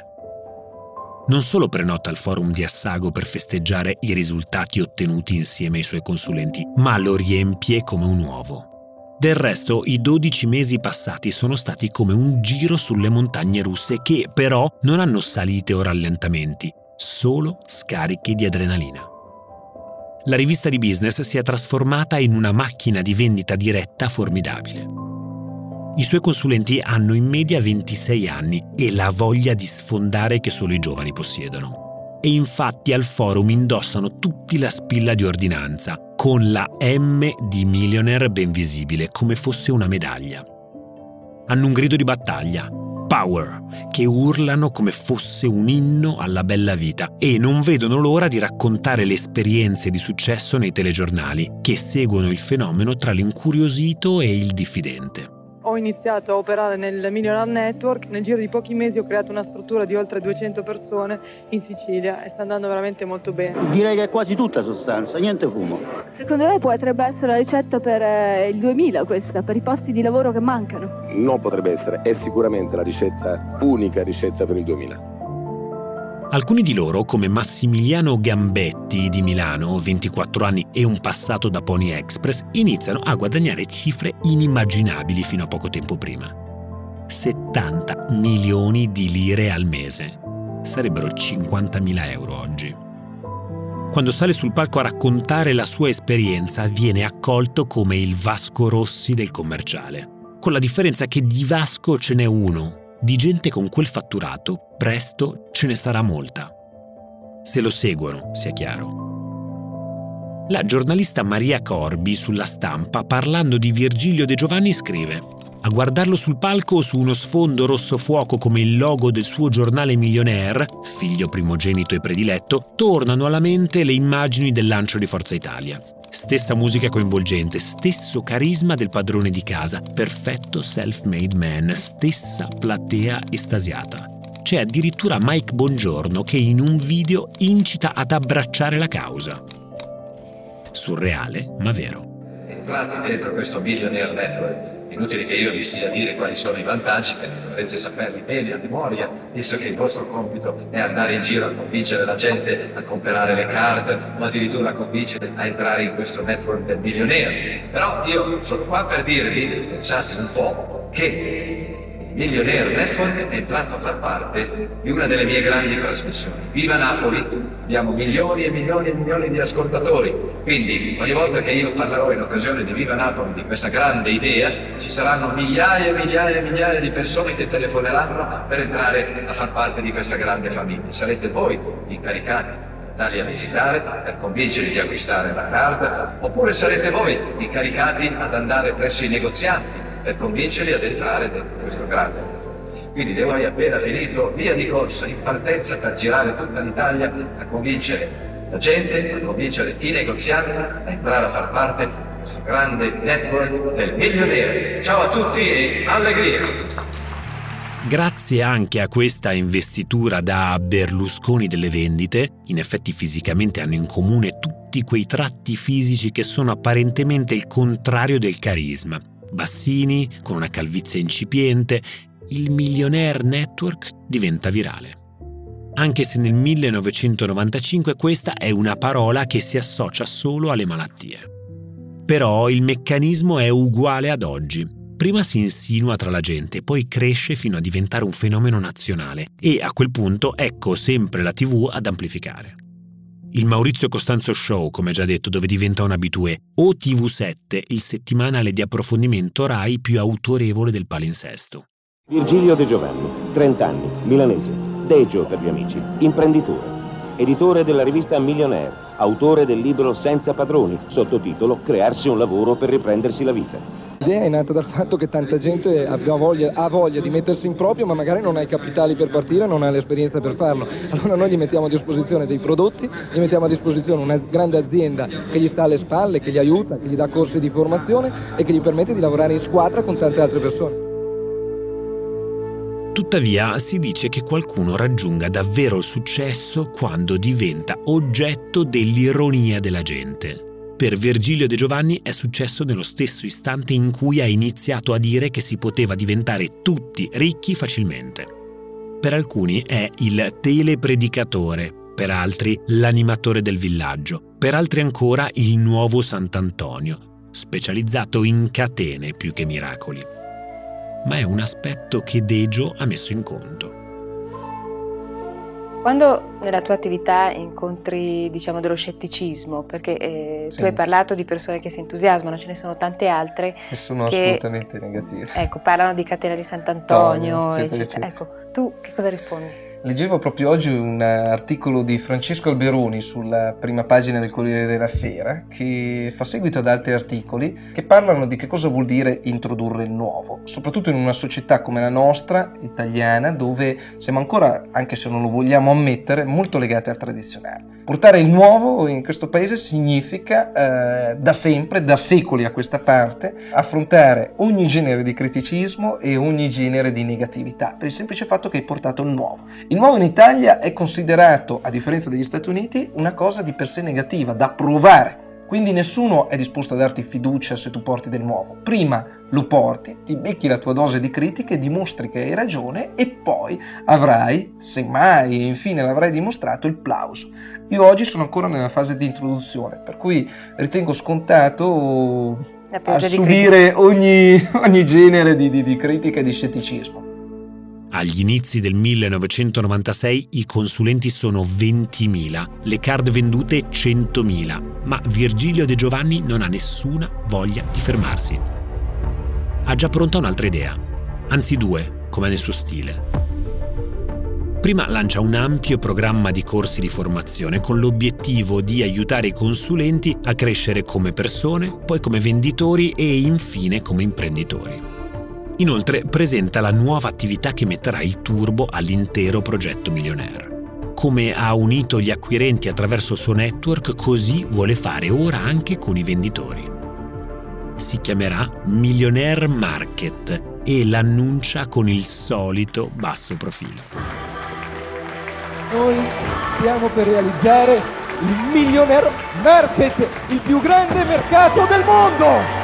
Non solo prenota il forum di Assago per festeggiare i risultati ottenuti insieme ai suoi consulenti, ma lo riempie come un uovo. Del resto, i 12 mesi passati sono stati come un giro sulle montagne russe che però non hanno salite o rallentamenti, solo scarichi di adrenalina. La rivista di business si è trasformata in una macchina di vendita diretta formidabile. I suoi consulenti hanno in media 26 anni e la voglia di sfondare che solo i giovani possiedono. E infatti al forum indossano tutti la spilla di ordinanza, con la M di Millionaire ben visibile, come fosse una medaglia. Hanno un grido di battaglia, Power, che urlano come fosse un inno alla bella vita e non vedono l'ora di raccontare le esperienze di successo nei telegiornali che seguono il fenomeno tra l'incuriosito e il diffidente. Ho iniziato a operare nel Millionaire Network, nel giro di pochi mesi ho creato una struttura di oltre 200 persone in Sicilia e sta andando veramente molto bene. Direi che è quasi tutta sostanza, niente fumo. Secondo lei potrebbe essere la ricetta per il 2000 questa, per i posti di lavoro che mancano? Non potrebbe essere, è sicuramente la ricetta, unica ricetta per il 2000. Alcuni di loro, come Massimiliano Gambetti di Milano, 24 anni e un passato da Pony Express, iniziano a guadagnare cifre inimmaginabili fino a poco tempo prima. 70 milioni di lire al mese. Sarebbero 50.000 euro oggi. Quando sale sul palco a raccontare la sua esperienza, viene accolto come il Vasco Rossi del commerciale. Con la differenza che di Vasco ce n'è uno. Di gente con quel fatturato, presto ce ne sarà molta. Se lo seguono, sia chiaro. La giornalista Maria Corbi sulla Stampa, parlando di Virgilio De Giovanni, scrive: a guardarlo sul palco su uno sfondo rosso fuoco come il logo del suo giornale Millionaire, figlio primogenito e prediletto, tornano alla mente le immagini del lancio di Forza Italia. Stessa musica coinvolgente, stesso carisma del padrone di casa, perfetto self-made man, stessa platea estasiata. C'è addirittura Mike Bongiorno che in un video incita ad abbracciare la causa. Surreale, ma vero. Entrate dentro questo Millionaire Network. Inutile che io vi stia a dire quali sono i vantaggi, perché dovrete saperli bene a memoria, visto che il vostro compito è andare in giro a convincere la gente a comprare le carte o addirittura a convincere a entrare in questo network del Millionaire. Però io sono qua per dirvi, pensate un po', che il Millionaire Network è entrato a far parte di una delle mie grandi trasmissioni. Viva Napoli! Abbiamo milioni e milioni e milioni di ascoltatori, quindi ogni volta che io parlerò in occasione di Viva Napoli, di questa grande idea, ci saranno migliaia e migliaia e migliaia di persone che telefoneranno per entrare a far parte di questa grande famiglia. Sarete voi incaricati di andarli a visitare per convincerli di acquistare la carta, oppure sarete voi incaricati ad andare presso i negozianti per convincerli ad entrare dentro questo grande network. Quindi devo hai appena finito via di corsa in partenza per girare tutta l'Italia a convincere la gente, a convincere i negozianti a entrare a far parte di questo grande network del Millionaire. Ciao a tutti e allegria! Grazie anche a questa investitura da Berlusconi delle vendite, in effetti fisicamente hanno in comune tutti quei tratti fisici che sono apparentemente il contrario del carisma. Bassini, con una calvizie incipiente, il Millionaire Network diventa virale. Anche se nel 1995 questa è una parola che si associa solo alle malattie. Però il meccanismo è uguale ad oggi. Prima si insinua tra la gente, poi cresce fino a diventare un fenomeno nazionale e a quel punto ecco sempre la TV ad amplificare. Il Maurizio Costanzo Show, come già detto, dove diventa un habitué, o TV7, il settimanale di approfondimento Rai più autorevole del palinsesto. Virgilio De Giovanni, 30 anni, milanese, Deggio per gli amici, imprenditore, editore della rivista Millionaire, autore del libro Senza padroni, sottotitolo Crearsi un lavoro per riprendersi la vita. L'idea è nata dal fatto che tanta gente ha voglia di mettersi in proprio, ma magari non ha i capitali per partire, non ha l'esperienza per farlo. Allora noi gli mettiamo a disposizione dei prodotti, gli mettiamo a disposizione una grande azienda che gli sta alle spalle, che gli aiuta, che gli dà corsi di formazione e che gli permette di lavorare in squadra con tante altre persone. Tuttavia si dice che qualcuno raggiunga davvero il successo quando diventa oggetto dell'ironia della gente. Per Virgilio De Giovanni è successo nello stesso istante in cui ha iniziato a dire che si poteva diventare tutti ricchi facilmente. Per alcuni è il telepredicatore, per altri l'animatore del villaggio, per altri ancora il nuovo Sant'Antonio. specializzato in catene più che miracoli. Ma è un aspetto che Dejo ha messo in conto. Quando nella tua attività incontri, dello scetticismo, perché tu hai parlato di persone che si entusiasmano, ce ne sono tante altre che sono assolutamente negative. Ecco, parlano di catena di Sant'Antonio, eccetera. eccetera. Ecco, tu che cosa rispondi? Leggevo proprio oggi un articolo di Francesco Alberoni sulla prima pagina del Corriere della Sera, che fa seguito ad altri articoli che parlano di che cosa vuol dire introdurre il nuovo, soprattutto in una società come la nostra, italiana, dove siamo ancora, anche se non lo vogliamo ammettere, molto legati al tradizionale. Portare il nuovo in questo paese significa da sempre, da secoli a questa parte, affrontare ogni genere di criticismo e ogni genere di negatività, per il semplice fatto che hai portato il nuovo. Il nuovo in Italia è considerato, a differenza degli Stati Uniti, una cosa di per sé negativa, da provare. Quindi nessuno è disposto a darti fiducia se tu porti del nuovo. Prima lo porti, ti becchi la tua dose di critiche, dimostri che hai ragione e poi avrai, se mai e infine l'avrai dimostrato, il plauso. Io oggi sono ancora nella fase di introduzione, per cui ritengo scontato a subire ogni genere di critica e di scetticismo. Agli inizi del 1996 i consulenti sono 20.000, le card vendute 100.000, ma Virgilio De Giovanni non ha nessuna voglia di fermarsi. Ha già pronta un'altra idea, anzi due, come nel suo stile. Prima lancia un ampio programma di corsi di formazione con l'obiettivo di aiutare i consulenti a crescere come persone, poi come venditori e infine come imprenditori. Inoltre presenta la nuova attività che metterà il turbo all'intero progetto Millionaire. Come ha unito gli acquirenti attraverso il suo network, così vuole fare ora anche con i venditori. Si chiamerà Millionaire Market e l'annuncia con il solito basso profilo. Noi stiamo per realizzare il Millionaire Market, il più grande mercato del mondo!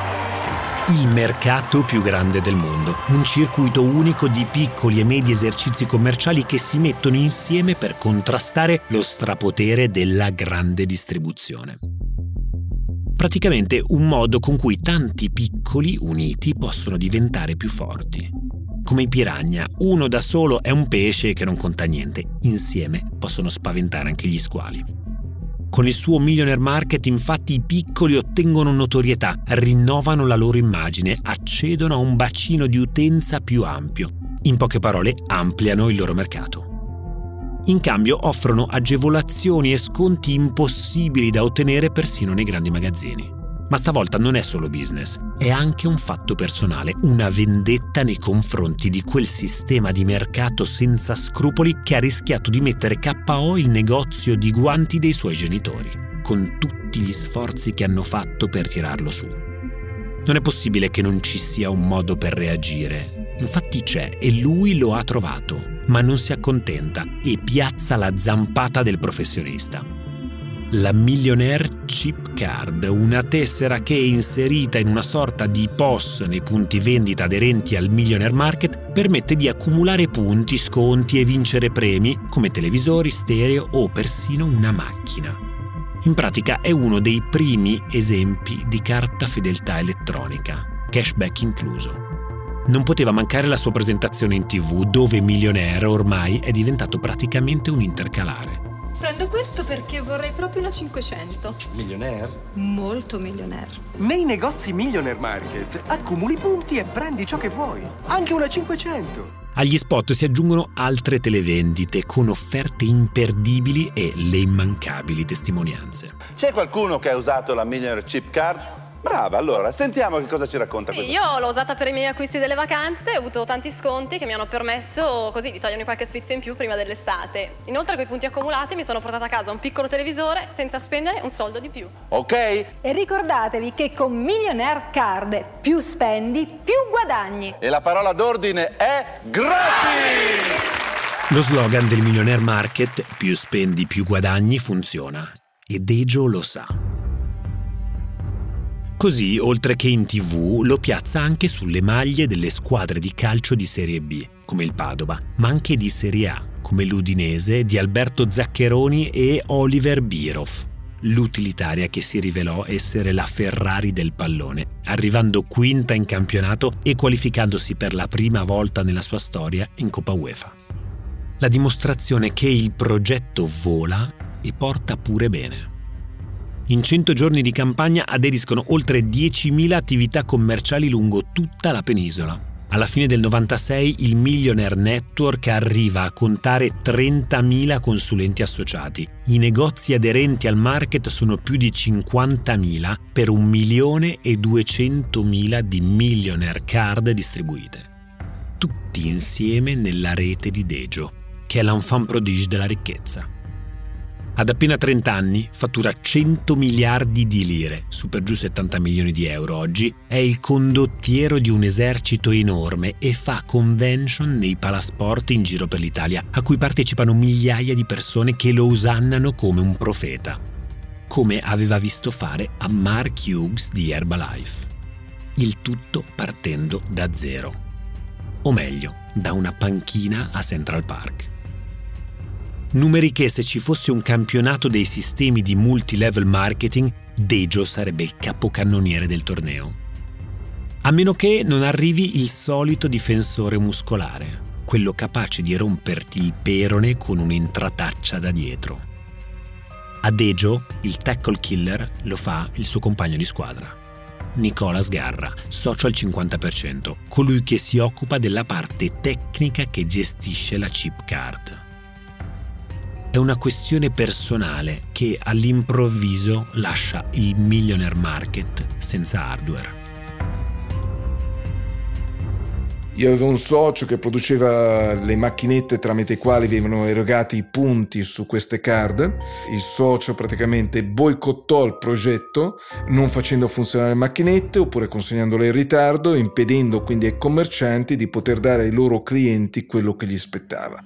Il mercato più grande del mondo, un circuito unico di piccoli e medi esercizi commerciali che si mettono insieme per contrastare lo strapotere della grande distribuzione. Praticamente un modo con cui tanti piccoli uniti possono diventare più forti. Come i piranha, uno da solo è un pesce che non conta niente, insieme possono spaventare anche gli squali. Con il suo Millionaire Market, infatti, i piccoli ottengono notorietà, rinnovano la loro immagine, accedono a un bacino di utenza più ampio. In poche parole, ampliano il loro mercato. In cambio, offrono agevolazioni e sconti impossibili da ottenere persino nei grandi magazzini. Ma stavolta non è solo business, è anche un fatto personale, una vendetta nei confronti di quel sistema di mercato senza scrupoli che ha rischiato di mettere KO il negozio di guanti dei suoi genitori, con tutti gli sforzi che hanno fatto per tirarlo su. Non è possibile che non ci sia un modo per reagire. Infatti c'è e lui lo ha trovato, ma non si accontenta e piazza la zampata del professionista. La Millionaire Chip Card, una tessera che è inserita in una sorta di POS nei punti vendita aderenti al Millionaire Market, permette di accumulare punti, sconti e vincere premi come televisori, stereo o persino una macchina. In pratica è uno dei primi esempi di carta fedeltà elettronica, cashback incluso. Non poteva mancare la sua presentazione in TV, dove Millionaire ormai è diventato praticamente un intercalare. Prendo questo perché vorrei proprio una 500. Millionaire? Molto Millionaire. Nei negozi Millionaire Market accumuli punti e prendi ciò che vuoi. Anche una 500. Agli spot si aggiungono altre televendite con offerte imperdibili e le immancabili testimonianze. C'è qualcuno che ha usato la Millionaire Chip Card? Brava, allora, sentiamo che cosa ci racconta questa. Io l'ho usata per i miei acquisti delle vacanze, ho avuto tanti sconti che mi hanno permesso così di togliermi qualche sfizio in più prima dell'estate. Inoltre, con i punti accumulati mi sono portata a casa un piccolo televisore senza spendere un soldo di più. Ok? E ricordatevi che con Millionaire Card più spendi, più guadagni. E la parola d'ordine è gratis! Lo slogan del Millionaire Market, più spendi più guadagni, funziona. E Dejo lo sa. Così, oltre che in TV, lo piazza anche sulle maglie delle squadre di calcio di Serie B, come il Padova, ma anche di Serie A, come l'Udinese di Alberto Zaccheroni e Oliver Bierhoff. l'utilitaria che si rivelò essere la Ferrari del pallone, arrivando quinta in campionato e qualificandosi per la prima volta nella sua storia in Coppa UEFA. La dimostrazione che il progetto vola e porta pure bene. In 100 giorni di campagna aderiscono oltre 10.000 attività commerciali lungo tutta la penisola. Alla fine del 96 il Millionaire Network arriva a contare 30.000 consulenti associati. I negozi aderenti al market sono più di 50.000 per 1.200.000 di Millionaire Card distribuite. Tutti insieme nella rete di Dejo, che è l'enfant prodige della ricchezza. Ad appena 30 anni fattura 100 miliardi di lire, su per giù 70 milioni di euro oggi, è il condottiero di un esercito enorme e fa convention nei palasport in giro per l'Italia, a cui partecipano migliaia di persone che lo osannano come un profeta, come aveva visto fare a Mark Hughes di Herbalife. Il tutto partendo da zero, o meglio, da una panchina a Central Park. Numeri che, se ci fosse un campionato dei sistemi di multilevel marketing, Dejo sarebbe il capocannoniere del torneo. A meno che non arrivi il solito difensore muscolare, quello capace di romperti il perone con un'intrataccia da dietro. A Dejo il tackle killer lo fa il suo compagno di squadra, Nicola Sgarra, socio al 50%, colui che si occupa della parte tecnica che gestisce la chip card. È una questione personale che all'improvviso lascia il millionaire market senza hardware. Io avevo un socio che produceva le macchinette tramite i quali venivano erogati i punti su queste card. Il socio praticamente boicottò il progetto, non facendo funzionare le macchinette oppure consegnandole in ritardo, impedendo quindi ai commercianti di poter dare ai loro clienti quello che gli spettava.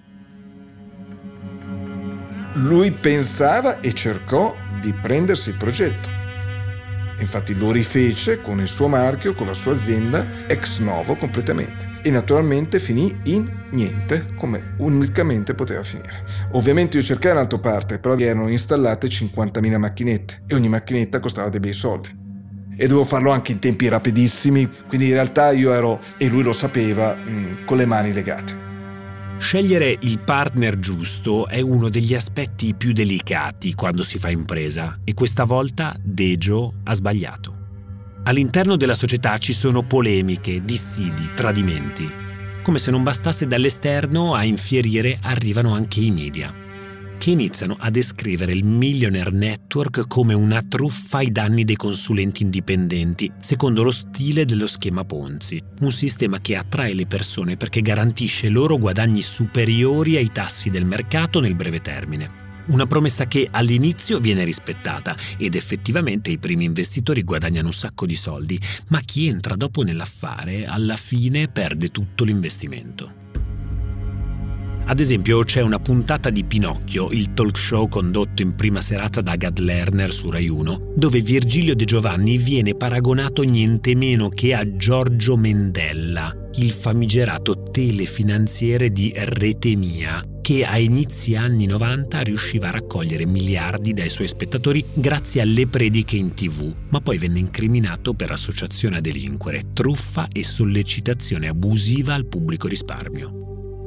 Lui pensava e cercò di prendersi il progetto. Infatti lo rifece con il suo marchio, con la sua azienda, ex novo completamente. E naturalmente finì in niente, come unicamente poteva finire. Ovviamente io cercai un'altra parte, però vi erano installate 50.000 macchinette e ogni macchinetta costava dei bei soldi. E dovevo farlo anche in tempi rapidissimi, quindi in realtà io ero, e lui lo sapeva, con le mani legate. Scegliere il partner giusto è uno degli aspetti più delicati quando si fa impresa, e questa volta Dejo ha sbagliato. All'interno della società ci sono polemiche, dissidi, tradimenti. Come se non bastasse, dall'esterno a infierire arrivano anche i media, che iniziano a descrivere il Millionaire Network come una truffa ai danni dei consulenti indipendenti, secondo lo stile dello schema Ponzi, un sistema che attrae le persone perché garantisce loro guadagni superiori ai tassi del mercato nel breve termine. Una promessa che all'inizio viene rispettata ed effettivamente i primi investitori guadagnano un sacco di soldi, ma chi entra dopo nell'affare alla fine perde tutto l'investimento. Ad esempio c'è una puntata di Pinocchio, il talk show condotto in prima serata da Gad Lerner su Rai 1, dove Virgilio De Giovanni viene paragonato niente meno che a Giorgio Mendella, il famigerato telefinanziere di Rete Mia, che a inizi anni 90 riusciva a raccogliere miliardi dai suoi spettatori grazie alle prediche in TV, ma poi venne incriminato per associazione a delinquere, truffa e sollecitazione abusiva al pubblico risparmio.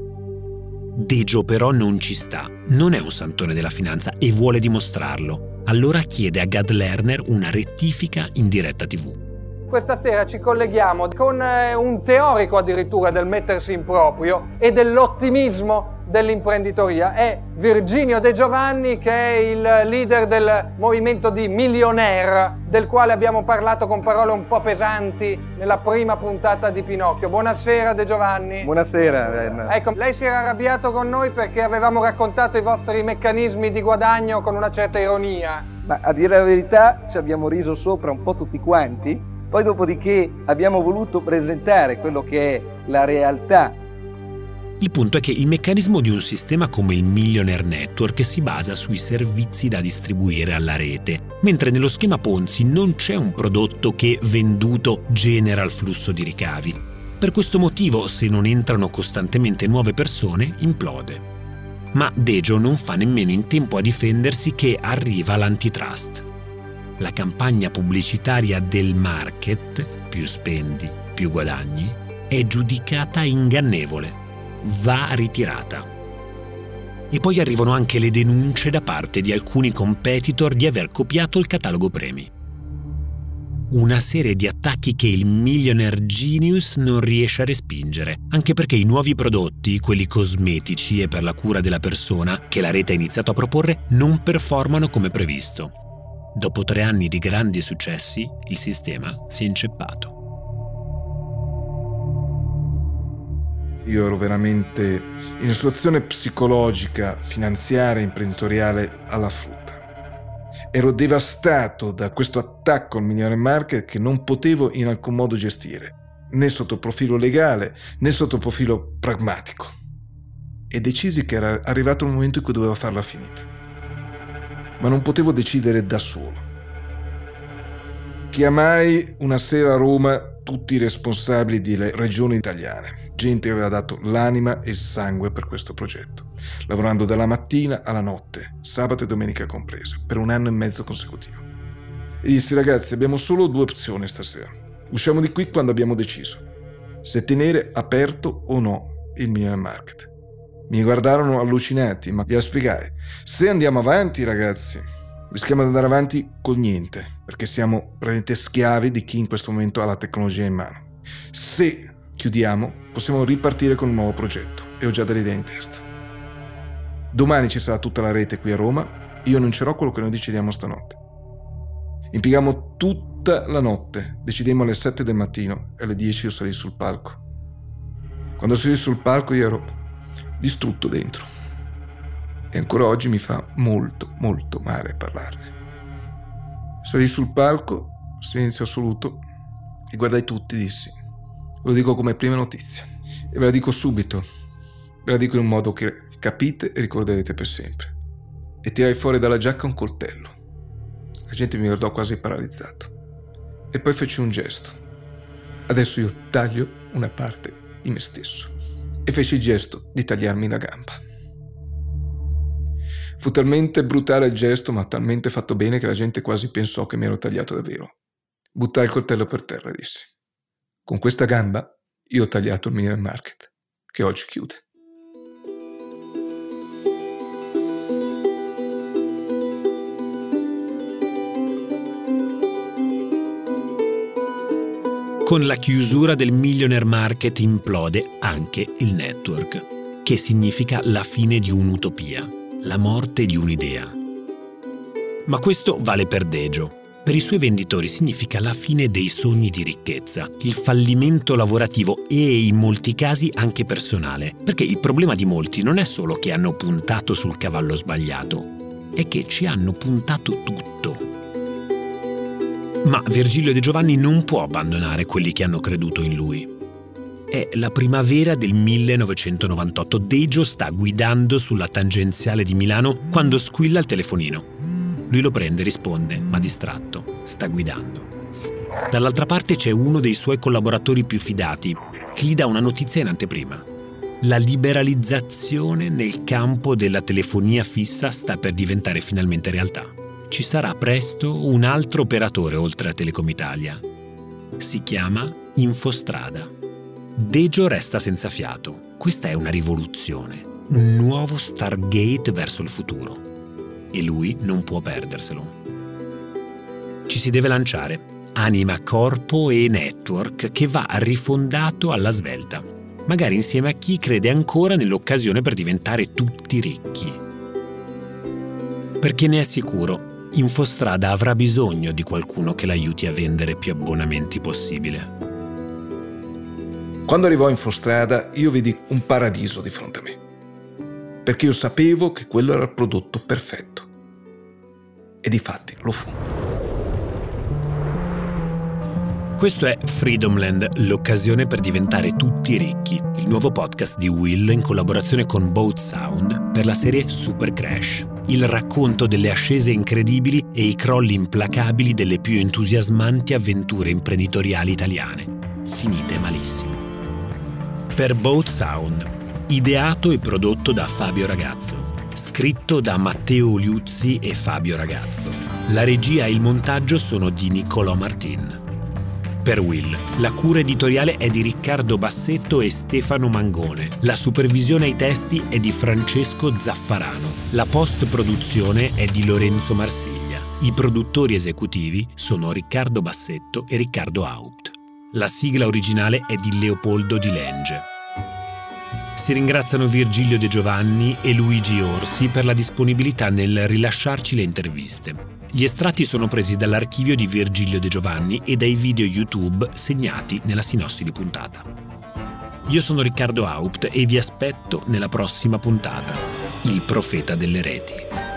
Dejo però non ci sta, non è un santone della finanza e vuole dimostrarlo. Allora chiede a Gad Lerner una rettifica in diretta TV. Questa sera ci colleghiamo con un teorico addirittura del mettersi in proprio e dell'ottimismo dell'imprenditoria. È Virginio De Giovanni, che è il leader del movimento di Millionaire, del quale abbiamo parlato con parole un po' pesanti nella prima puntata di Pinocchio. Buonasera De Giovanni. Buonasera. Ecco, lei si era arrabbiato con noi perché avevamo raccontato i vostri meccanismi di guadagno con una certa ironia. Ma a dire la verità ci abbiamo riso sopra un po' tutti quanti. Poi dopodiché abbiamo voluto presentare quello che è la realtà. Il punto è che il meccanismo di un sistema come il Millionaire Network si basa sui servizi da distribuire alla rete, mentre nello schema Ponzi non c'è un prodotto che, venduto, genera il flusso di ricavi. Per questo motivo, se non entrano costantemente nuove persone, implode. Ma Dejo non fa nemmeno in tempo a difendersi che arriva l'antitrust. La campagna pubblicitaria del market, più spendi, più guadagni, è giudicata ingannevole. Va ritirata. E poi arrivano anche le denunce da parte di alcuni competitor di aver copiato il catalogo premi. Una serie di attacchi che il Millionaire Genius non riesce a respingere, anche perché i nuovi prodotti, quelli cosmetici e per la cura della persona, che la rete ha iniziato a proporre, non performano come previsto. Dopo 3 anni di grandi successi, il sistema si è inceppato. Io ero veramente in una situazione psicologica, finanziaria, imprenditoriale alla frutta. Ero devastato da questo attacco al Millionaire Market che non potevo in alcun modo gestire, né sotto profilo legale, né sotto profilo pragmatico. E decisi che era arrivato il momento in cui dovevo farla finita. Ma non potevo decidere da solo. Chiamai una sera a Roma tutti i responsabili delle regioni italiane, gente che aveva dato l'anima e il sangue per questo progetto, lavorando dalla mattina alla notte, sabato e domenica compreso, per 1 anno e mezzo consecutivo. E dissi: ragazzi, abbiamo solo 2 opzioni stasera. Usciamo di qui quando abbiamo deciso se tenere aperto o no il Millionaire Market. Mi guardarono allucinati, ma gliela spiegai: se andiamo avanti, ragazzi, rischiamo di andare avanti col niente, perché siamo praticamente schiavi di chi in questo momento ha la tecnologia in mano. Se chiudiamo, possiamo ripartire con un nuovo progetto e ho già delle idee in testa. Domani ci sarà tutta la rete qui a Roma, io annuncerò quello che noi decidiamo stanotte. Impieghiamo tutta la notte, decidemmo alle 7 del mattino e alle 10 io salì sul palco. Quando salì sul palco io ero distrutto dentro e ancora oggi mi fa molto molto male parlarne. Salì sul palco, silenzio assoluto, e guardai tutti e dissi: ve lo dico come prima notizia e ve la dico subito, ve la dico in un modo che capite e ricorderete per sempre. E tirai fuori dalla giacca un coltello. La gente mi guardò quasi paralizzato e poi feci un gesto: adesso io taglio una parte di me stesso. E feci il gesto di tagliarmi la gamba. Fu talmente brutale il gesto, ma talmente fatto bene, che la gente quasi pensò che mi ero tagliato davvero. Buttai il coltello per terra e dissi: con questa gamba io ho tagliato il Millionaire Market, che oggi chiude. Con la chiusura del Millionaire Market implode anche il network, che significa la fine di un'utopia, la morte di un'idea. Ma questo vale per Dejo. Per i suoi venditori significa la fine dei sogni di ricchezza, il fallimento lavorativo e in molti casi anche personale, perché il problema di molti non è solo che hanno puntato sul cavallo sbagliato, è che ci hanno puntato tutto. Ma Virgilio De Giovanni non può abbandonare quelli che hanno creduto in lui. È la primavera del 1998. Dejo sta guidando sulla tangenziale di Milano quando squilla il telefonino. Lui lo prende e risponde, ma distratto, sta guidando. Dall'altra parte c'è uno dei suoi collaboratori più fidati, che gli dà una notizia in anteprima. La liberalizzazione nel campo della telefonia fissa sta per diventare finalmente realtà. Ci sarà presto un altro operatore oltre a Telecom Italia. Si chiama Infostrada. Dejo resta senza fiato. Questa è una rivoluzione, un nuovo Stargate verso il futuro. E lui non può perderselo. Ci si deve lanciare. Anima, corpo e network che va rifondato alla svelta. Magari insieme a chi crede ancora nell'occasione per diventare tutti ricchi. Perché ne è sicuro, Infostrada avrà bisogno di qualcuno che l'aiuti a vendere più abbonamenti possibile. Quando arrivò a Infostrada io vidi un paradiso di fronte a me, perché io sapevo che quello era il prodotto perfetto. E difatti lo fu. Questo è Freedomland, l'occasione per diventare tutti ricchi, il nuovo podcast di Will in collaborazione con Boat Sound per la serie Super Crash, il racconto delle ascese incredibili e i crolli implacabili delle più entusiasmanti avventure imprenditoriali italiane, finite malissimo. Per Boat Sound, Ideato e prodotto da Fabio Ragazzo. Scritto da Matteo Liuzzi e Fabio Ragazzo. La regia e il montaggio sono di Niccolò Martin. Per Will, la cura editoriale è di Riccardo Bassetto e Stefano Mangone. La supervisione ai testi è di Francesco Zaffarano. La post-produzione è di Lorenzo Marsiglia. I produttori esecutivi sono Riccardo Bassetto e Riccardo Haupt. La sigla originale è di Leopoldo Di Lenge. Si ringraziano Virgilio De Giovanni e Luigi Orsi per la disponibilità nel rilasciarci le interviste. Gli estratti sono presi dall'archivio di Virgilio De Giovanni e dai video YouTube segnati nella sinossi di puntata. Io sono Riccardo Haupt e vi aspetto nella prossima puntata, Il profeta delle reti.